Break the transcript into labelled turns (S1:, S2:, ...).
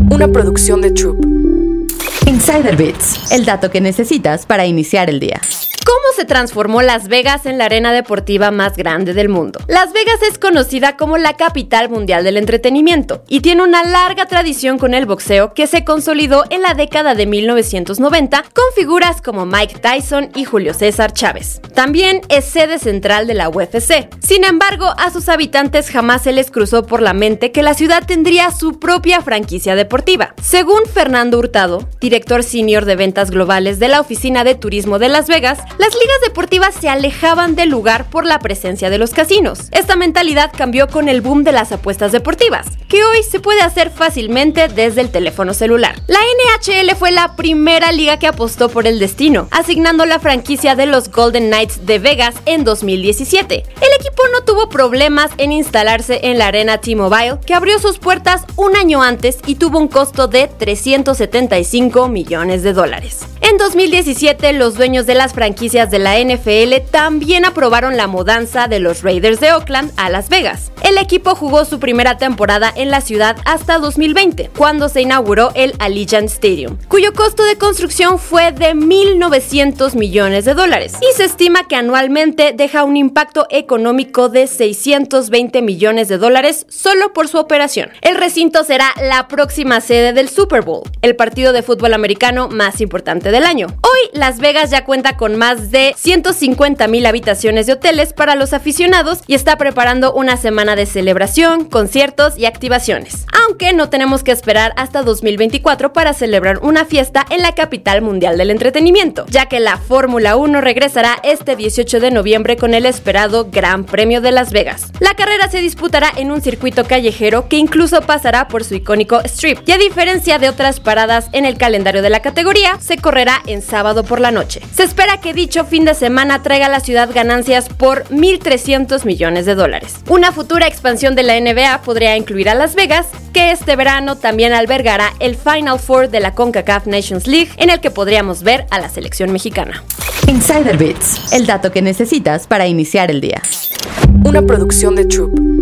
S1: Una producción de Troop.
S2: Insider Bits, el dato que necesitas para iniciar el día.
S3: ¿Cómo se transformó Las Vegas en la arena deportiva más grande del mundo? Las Vegas es conocida como la capital mundial del entretenimiento y tiene una larga tradición con el boxeo que se consolidó en la década de 1990 con figuras como Mike Tyson y Julio César Chávez. También es sede central de la UFC. Sin embargo, a sus habitantes jamás se les cruzó por la mente que la ciudad tendría su propia franquicia deportiva. Según Fernando Hurtado, director senior de ventas globales de la Oficina de Turismo de Las Vegas, las ligas deportivas se alejaban del lugar por la presencia de los casinos. Esta mentalidad cambió con el boom de las apuestas deportivas, que hoy se puede hacer fácilmente desde el teléfono celular. La NHL fue la primera liga que apostó por el destino, asignando la franquicia de los Golden Knights de Vegas en 2017. El equipo no tuvo problemas en instalarse en la arena T-Mobile, que abrió sus puertas un año antes y tuvo un costo de $375 millones. En 2017, los dueños de las franquicias de la NFL también aprobaron la mudanza de los Raiders de Oakland a Las Vegas. El equipo jugó su primera temporada en la ciudad hasta 2020, cuando se inauguró el Allegiant Stadium, cuyo costo de construcción fue de $1.900 millones y se estima que anualmente deja un impacto económico de $620 millones solo por su operación. El recinto será la próxima sede del Super Bowl, el partido de fútbol americano más importante del año. Hoy, Las Vegas ya cuenta con más de 150,000 habitaciones de hoteles para los aficionados y está preparando una semana de celebración, conciertos y activaciones. Aunque no tenemos que esperar hasta 2024 para celebrar una fiesta en la capital mundial del entretenimiento, ya que la Fórmula 1 regresará este 18 de noviembre con el esperado Gran Premio de Las Vegas. La carrera se disputará en un circuito callejero que incluso pasará por su icónico Strip, y a diferencia de otras paradas en el calendario de la categoría, se correrá en sábado por la noche. Se espera que dicho fin de semana traiga a la ciudad ganancias por $1.300 millones. Una futura expansión de la NBA podría incluir a Las Vegas, que este verano también albergará el Final Four de la CONCACAF Nations League, en el que podríamos ver a la selección mexicana.
S2: Insider Bits, el dato que necesitas para iniciar el día.
S1: Una producción de Troop.